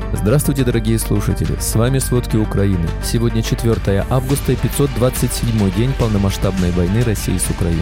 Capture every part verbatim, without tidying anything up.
Здравствуйте, дорогие слушатели! С вами «Сводки Украины». Сегодня четвёртое августа и пятьсот двадцать седьмой день полномасштабной войны России с Украиной.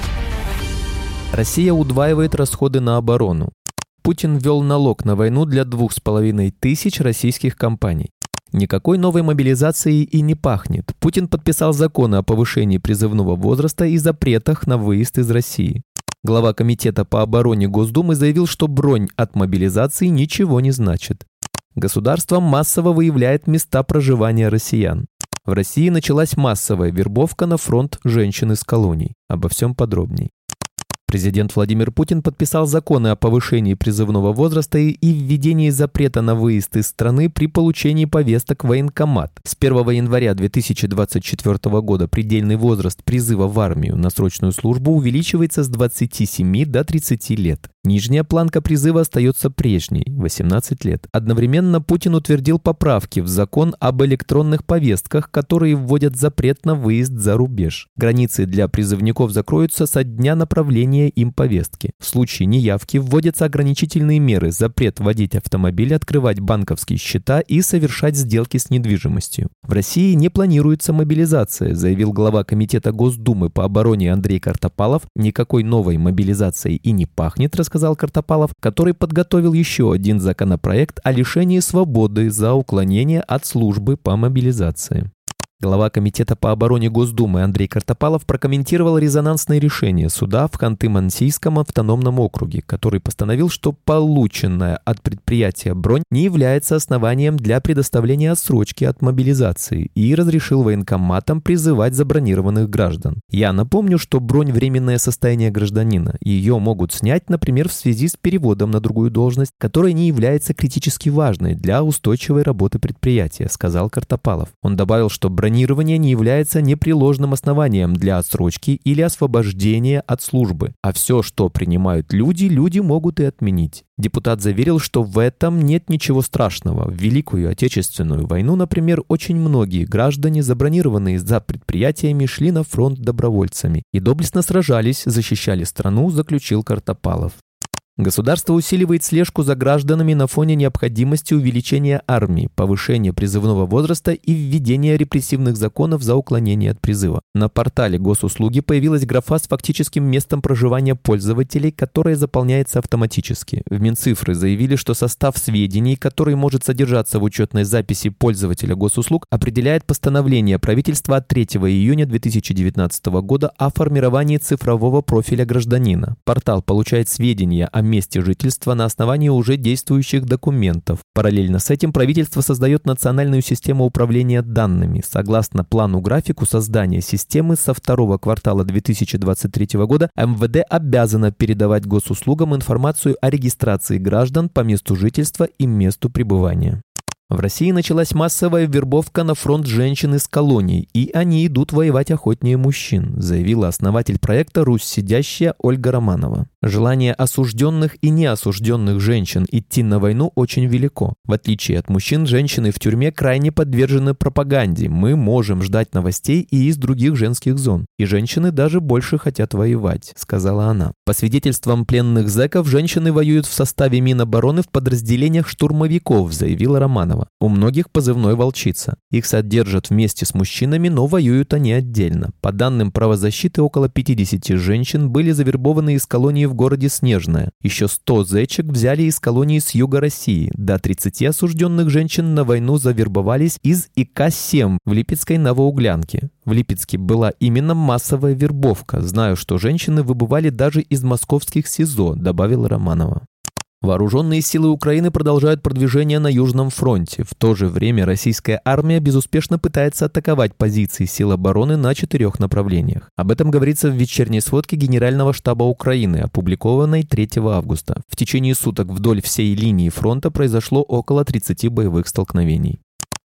Россия удваивает расходы на оборону. Путин ввел налог на войну для двух с половиной тысяч российских компаний. Никакой новой мобилизации и не пахнет. Путин подписал законы о повышении призывного возраста и запретах на выезд из России. Глава Комитета по обороне Госдумы заявил, что бронь от мобилизации ничего не значит. Государство массово выявляет места проживания россиян. В России началась массовая вербовка на фронт женщин из колоний. Обо всем подробней. Президент Владимир Путин подписал законы о повышении призывного возраста и введении запрета на выезд из страны при получении повесток в военкомат. С первого января две тысячи двадцать четвёртого года предельный возраст призыва в армию на срочную службу увеличивается с двадцати семи до тридцати лет. Нижняя планка призыва остается прежней – восемнадцать лет. Одновременно Путин утвердил поправки в закон об электронных повестках, которые вводят запрет на выезд за рубеж. Границы для призывников закроются со дня направления им повестки. В случае неявки вводятся ограничительные меры: запрет водить автомобиль, открывать банковские счета и совершать сделки с недвижимостью. В России не планируется мобилизация, заявил глава Комитета Госдумы по обороне Андрей Картопалов. Никакой новой мобилизации и не пахнет, сказал Картопалов, который подготовил еще один законопроект о лишении свободы за уклонение от службы по мобилизации. Глава Комитета по обороне Госдумы Андрей Картопалов прокомментировал резонансное решение суда в Ханты-Мансийском автономном округе, который постановил, что полученная от предприятия бронь не является основанием для предоставления отсрочки от мобилизации и разрешил военкоматам призывать забронированных граждан. Я напомню, что бронь – временное состояние гражданина. Ее могут снять, например, в связи с переводом на другую должность, которая не является критически важной для устойчивой работы предприятия, сказал Картопалов. Он добавил, что бронь Бронирование не является непреложным основанием для отсрочки или освобождения от службы, а все, что принимают люди, люди могут и отменить. Депутат заверил, что в этом нет ничего страшного. В Великую Отечественную войну, например, очень многие граждане, забронированные за предприятиями, шли на фронт добровольцами и доблестно сражались, защищали страну, заключил Картопалов. Государство усиливает слежку за гражданами на фоне необходимости увеличения армии, повышения призывного возраста и введения репрессивных законов за уклонение от призыва. На портале госуслуги появилась графа с фактическим местом проживания пользователей, которая заполняется автоматически. В Минцифры заявили, что состав сведений, который может содержаться в учетной записи пользователя госуслуг, определяет постановление правительства от третьего июня две тысячи девятнадцатого года о формировании цифрового профиля гражданина. Портал получает сведения о месте жительства на основании уже действующих документов. Параллельно с этим правительство создает национальную систему управления данными. Согласно плану-графику создания системы со второго квартала две тысячи двадцать третьего года эм вэ дэ обязано передавать госуслугам информацию о регистрации граждан по месту жительства и месту пребывания. В России началась массовая вербовка на фронт женщин из колоний, и они идут воевать охотнее мужчин, заявила основатель проекта «Русь сидящая» Ольга Романова. Желание осужденных и неосужденных женщин идти на войну очень велико. В отличие от мужчин, женщины в тюрьме крайне подвержены пропаганде. Мы можем ждать новостей и из других женских зон. И женщины даже больше хотят воевать, сказала она. По свидетельствам пленных зэков, женщины воюют в составе Минобороны в подразделениях штурмовиков, заявила Романова. У многих позывной «Волчица». Их содержат вместе с мужчинами, но воюют они отдельно. По данным правозащиты, около пятидесяти женщин были завербованы из колонии в городе Снежное. Еще сто зэчек взяли из колонии с юга России. До тридцати осужденных женщин на войну завербовались из и ка семь в Липецкой Новоуглянке. В Липецке была именно массовая вербовка. Знаю, что женщины выбывали даже из московских СИЗО, добавила Романова. Вооруженные силы Украины продолжают продвижение на Южном фронте. В то же время российская армия безуспешно пытается атаковать позиции сил обороны на четырех направлениях. Об этом говорится в вечерней сводке Генерального штаба Украины, опубликованной третьего августа. В течение суток вдоль всей линии фронта произошло около тридцати боевых столкновений.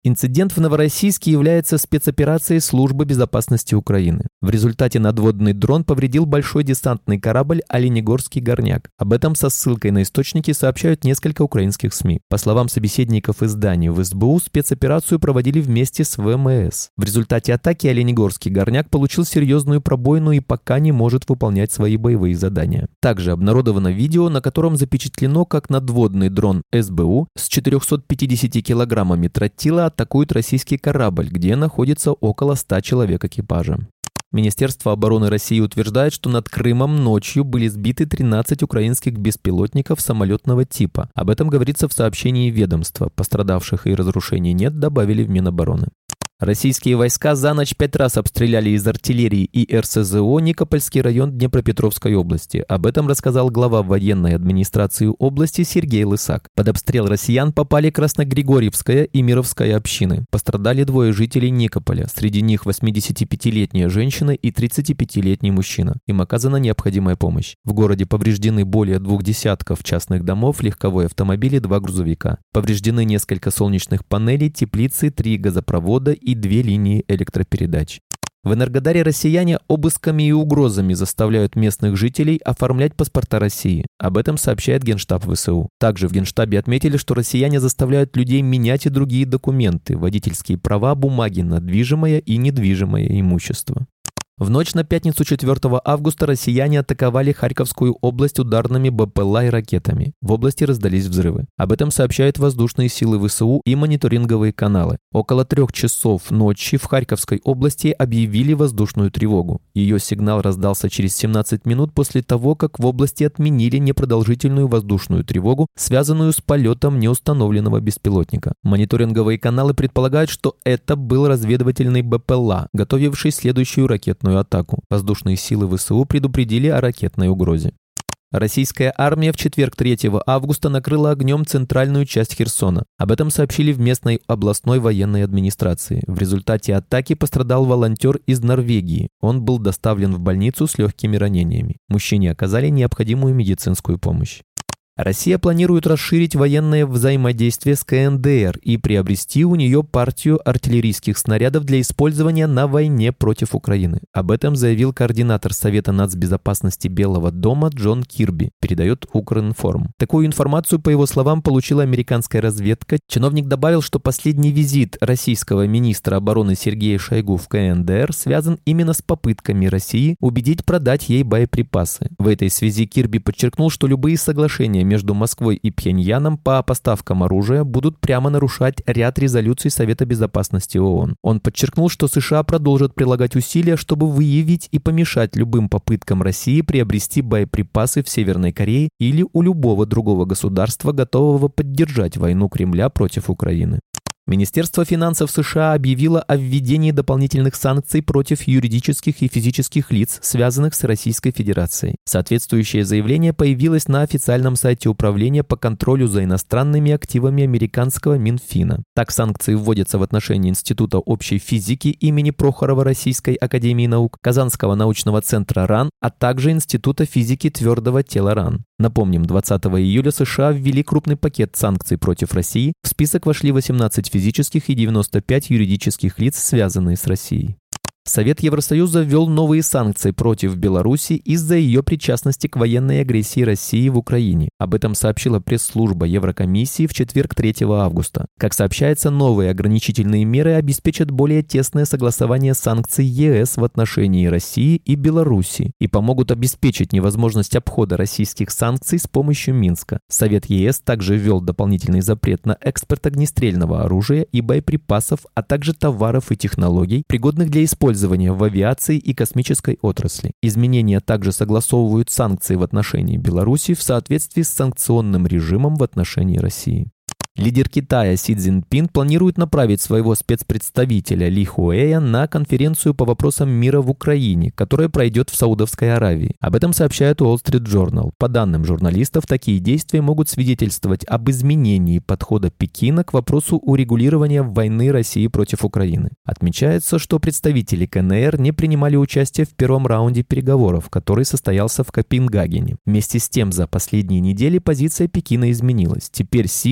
Инцидент в Новороссийске является спецоперацией Службы безопасности Украины. В результате надводный дрон повредил большой десантный корабль «Оленегорский горняк». Об этом со ссылкой на источники сообщают несколько украинских СМИ. По словам собеседников издания в СБУ, спецоперацию проводили вместе с ВМС. В результате атаки «Оленегорский горняк» получил серьезную пробоину и пока не может выполнять свои боевые задания. Также обнародовано видео, на котором запечатлено, как надводный дрон СБУ с четырёхсот пятидесятью килограммами тротила атакует российский корабль, где находится около ста человек экипажа. Министерство обороны России утверждает, что над Крымом ночью были сбиты тринадцать украинских беспилотников самолетного типа. Об этом говорится в сообщении ведомства. Пострадавших и разрушений нет, добавили в Минобороны. Российские войска за ночь пять раз обстреляли из артиллерии и эр эс зэ о Никопольский район Днепропетровской области. Об этом рассказал глава военной администрации области Сергей Лысак. Под обстрел россиян попали Красногригорьевская и Мировская общины. Пострадали двое жителей Никополя. Среди них восьмидесятипятилетняя женщина и тридцатипятилетний мужчина. Им оказана необходимая помощь. В городе повреждены более двух десятков частных домов, легковой автомобиль и два грузовика. Повреждены несколько солнечных панелей, теплицы, три газопровода и и две линии электропередач. В Энергодаре россияне обысками и угрозами заставляют местных жителей оформлять паспорта России. Об этом сообщает Генштаб ВСУ. Также в Генштабе отметили, что россияне заставляют людей менять и другие документы, водительские права, бумаги на движимое и недвижимое имущество. В ночь на пятницу четвёртого августа россияне атаковали Харьковскую область ударными бэ пэ эл а и ракетами. В области раздались взрывы. Об этом сообщают воздушные силы ВСУ и мониторинговые каналы. Около трех часов ночи в Харьковской области объявили воздушную тревогу. Ее сигнал раздался через семнадцать минут после того, как в области отменили непродолжительную воздушную тревогу, связанную с полетом неустановленного беспилотника. Мониторинговые каналы предполагают, что это был разведывательный бэ пэ эл а, готовивший следующую ракетную атаку. Воздушные силы ВСУ предупредили о ракетной угрозе. Российская армия в четверг третьего августа накрыла огнем центральную часть Херсона. Об этом сообщили в местной областной военной администрации. В результате атаки пострадал волонтер из Норвегии. Он был доставлен в больницу с легкими ранениями. Мужчине оказали необходимую медицинскую помощь. Россия планирует расширить военное взаимодействие с ка эн дэ эр и приобрести у нее партию артиллерийских снарядов для использования на войне против Украины. Об этом заявил координатор Совета нацбезопасности Белого дома Джон Кирби, передает Укринформ. Такую информацию, по его словам, получила американская разведка. Чиновник добавил, что последний визит российского министра обороны Сергея Шойгу в ка эн дэ эр связан именно с попытками России убедить продать ей боеприпасы. В этой связи Кирби подчеркнул, что любые соглашения между Москвой и Пхеньяном по поставкам оружия будут прямо нарушать ряд резолюций Совета безопасности ООН. Он подчеркнул, что США продолжат прилагать усилия, чтобы выявить и помешать любым попыткам России приобрести боеприпасы в Северной Корее или у любого другого государства, готового поддержать войну Кремля против Украины. Министерство финансов США объявило о введении дополнительных санкций против юридических и физических лиц, связанных с Российской Федерацией. Соответствующее заявление появилось на официальном сайте Управления по контролю за иностранными активами американского Минфина. Так, санкции вводятся в отношении Института общей физики имени Прохорова Российской академии наук, Казанского научного центра РАН, а также Института физики твердого тела РАН. Напомним, двадцатого июля США ввели крупный пакет санкций против России. В список вошли восемнадцать физических и девяносто пять юридических лиц, связанные с Россией. Совет Евросоюза ввел новые санкции против Беларуси из-за ее причастности к военной агрессии России в Украине. Об этом сообщила пресс-служба Еврокомиссии в четверг третьего августа. Как сообщается, новые ограничительные меры обеспечат более тесное согласование санкций е эс в отношении России и Беларуси и помогут обеспечить невозможность обхода российских санкций с помощью Минска. Совет е эс также ввел дополнительный запрет на экспорт огнестрельного оружия и боеприпасов, а также товаров и технологий, пригодных для использования в авиации и космической отрасли. Изменения также согласовывают санкции в отношении Беларуси в соответствии с санкционным режимом в отношении России. Лидер Китая Си Цзиньпин планирует направить своего спецпредставителя Ли Хуэя на конференцию по вопросам мира в Украине, которая пройдет в Саудовской Аравии. Об этом сообщает Wall Street Journal. По данным журналистов, такие действия могут свидетельствовать об изменении подхода Пекина к вопросу урегулирования войны России против Украины. Отмечается, что представители ка эн эр не принимали участие в первом раунде переговоров, который состоялся в Копенгагене. Вместе с тем, за последние недели позиция Пекина изменилась. Теперь Си якобы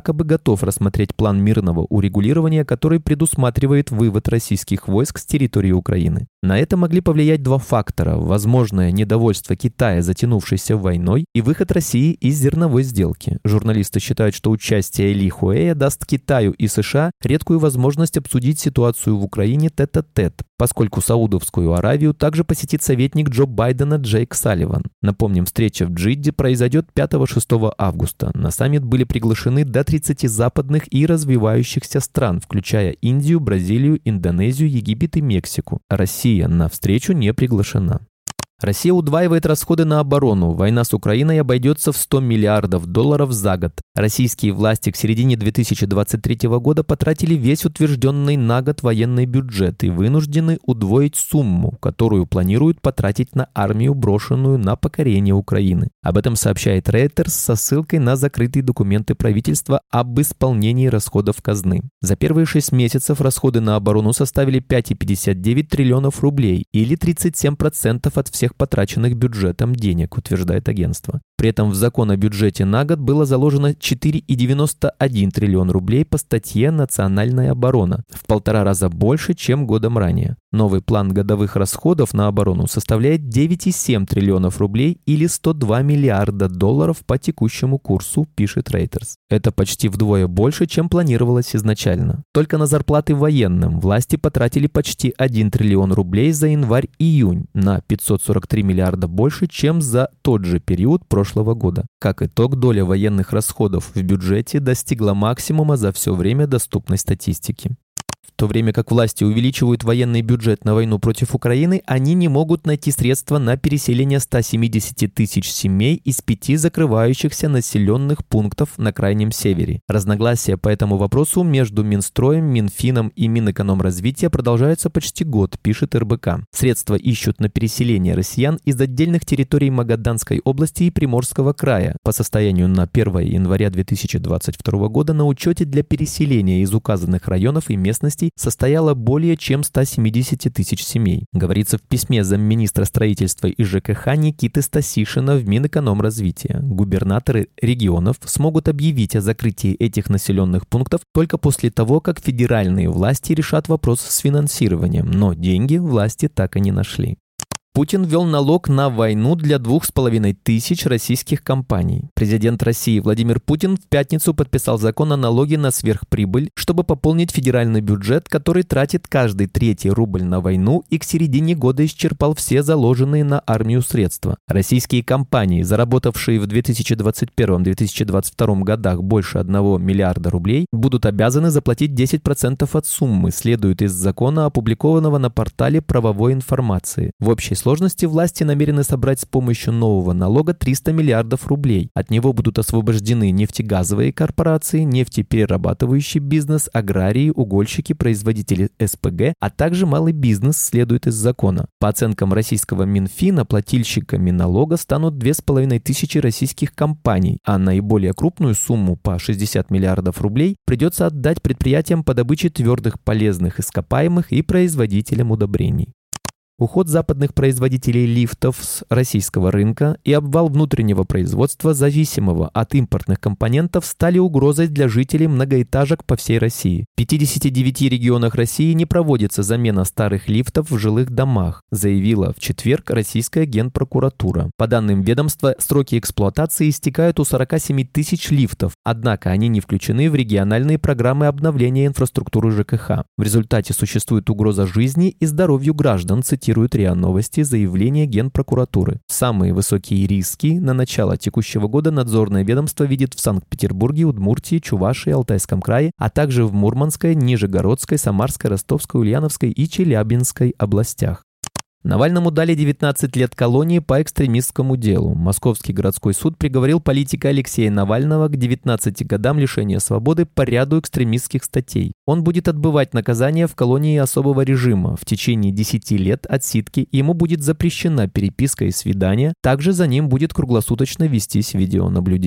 якобы готов рассмотреть план мирного урегулирования, который предусматривает вывод российских войск с территории Украины. На это могли повлиять два фактора – возможное недовольство Китая затянувшейся войной и выход России из зерновой сделки. Журналисты считают, что участие Ли Хуэя даст Китаю и США редкую возможность обсудить ситуацию в Украине тет-а-тет, поскольку Саудовскую Аравию также посетит советник Джо Байдена Джейк Салливан. Напомним, встреча в Джидде произойдет пятого-шестого августа. На саммит были приглашены до тридцати западных и развивающихся стран, включая Индию, Бразилию, Индонезию, Египет и Мексику. Россия на встречу не приглашена. Россия удваивает расходы на оборону. Война с Украиной обойдется в сто миллиардов долларов за год. Российские власти к середине две тысячи двадцать третьего года потратили весь утвержденный на год военный бюджет и вынуждены удвоить сумму, которую планируют потратить на армию, брошенную на покорение Украины. Об этом сообщает Reuters со ссылкой на закрытые документы правительства об исполнении расходов казны. За первые шесть месяцев расходы на оборону составили пять целых пятьдесят девять сотых триллионов рублей или тридцать семь процентов от всех потраченных бюджетом денег, утверждает агентство. При этом в закон о бюджете на год было заложено четыре целых девяносто один сотых триллиона рублей по статье «Национальная оборона», в полтора раза больше, чем годом ранее. Новый план годовых расходов на оборону составляет девять целых семь десятых триллионов рублей или сто два миллиарда долларов по текущему курсу, пишет Reuters. Это почти вдвое больше, чем планировалось изначально. Только на зарплаты военным власти потратили почти один триллион рублей за январь-июнь, на пятьсот сорок три миллиарда больше, чем за тот же период прошлого года. Как итог, доля военных расходов в бюджете достигла максимума за все время доступной статистики. В то время как власти увеличивают военный бюджет на войну против Украины, они не могут найти средства на переселение ста семидесяти тысяч семей из пяти закрывающихся населенных пунктов на Крайнем Севере. Разногласия по этому вопросу между Минстроем, Минфином и Минэкономразвития продолжаются почти год, пишет эр бэ ка. Средства ищут на переселение россиян из отдельных территорий Магаданской области и Приморского края. По состоянию на первое января две тысячи двадцать второго года на учете для переселения из указанных районов и местностей состояло более чем ста семидесяти тысяч семей. Говорится в письме замминистра строительства и жэ ка ха Никиты Стасишина в Минэкономразвития. Губернаторы регионов смогут объявить о закрытии этих населенных пунктов только после того, как федеральные власти решат вопрос с финансированием, но деньги власти так и не нашли. Путин ввел налог на войну для двух с половиной тысяч российских компаний. Президент России Владимир Путин в пятницу подписал закон о налоге на сверхприбыль, чтобы пополнить федеральный бюджет, который тратит каждый третий рубль на войну и к середине года исчерпал все заложенные на армию средства. Российские компании, заработавшие в две тысячи двадцать первом — две тысячи двадцать втором годах больше одного миллиарда рублей, будут обязаны заплатить десять процентов от суммы, следует из закона, опубликованного на портале правовой информации. В общей В сложности власти намерены собрать с помощью нового налога триста миллиардов рублей. От него будут освобождены нефтегазовые корпорации, нефтеперерабатывающий бизнес, аграрии, угольщики, производители эс пэ гэ, а также малый бизнес, следует из закона. По оценкам российского Минфина, плательщиками налога станут две с половиной тысячи российских компаний, а наиболее крупную сумму по шестьдесят миллиардов рублей придется отдать предприятиям по добыче твердых полезных ископаемых и производителям удобрений. Уход западных производителей лифтов с российского рынка и обвал внутреннего производства, зависимого от импортных компонентов, стали угрозой для жителей многоэтажек по всей России. В пятидесяти девяти регионах России не проводится замена старых лифтов в жилых домах, заявила в четверг российская генпрокуратура. По данным ведомства, сроки эксплуатации истекают у сорока семи тысяч лифтов, однако они не включены в региональные программы обновления инфраструктуры жэ ка ха. В результате существует угроза жизни и здоровью граждан, цитирует РИА Новости заявление Генпрокуратуры. Самые высокие риски на начало текущего года надзорное ведомство видит в Санкт-Петербурге, Удмуртии, Чувашии, Алтайском крае, а также в Мурманской, Нижегородской, Самарской, Ростовской, Ульяновской и Челябинской областях. Навальному дали девятнадцать лет колонии по экстремистскому делу. Московский городской суд приговорил политика Алексея Навального к девятнадцати годам лишения свободы по ряду экстремистских статей. Он будет отбывать наказание в колонии особого режима. В течение десяти лет отсидки ему будет запрещена переписка и свидания. Также за ним будет круглосуточно вестись видеонаблюдение.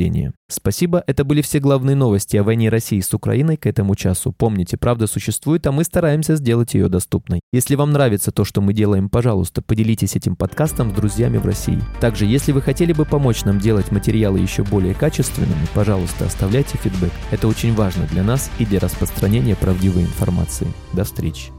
Спасибо, это были все главные новости о войне России с Украиной к этому часу. Помните, правда существует, а мы стараемся сделать ее доступной. Если вам нравится то, что мы делаем, пожалуйста, поделитесь этим подкастом с друзьями в России. Также, если вы хотели бы помочь нам делать материалы еще более качественными, пожалуйста, оставляйте фидбэк. Это очень важно для нас и для распространения правдивой информации. До встречи.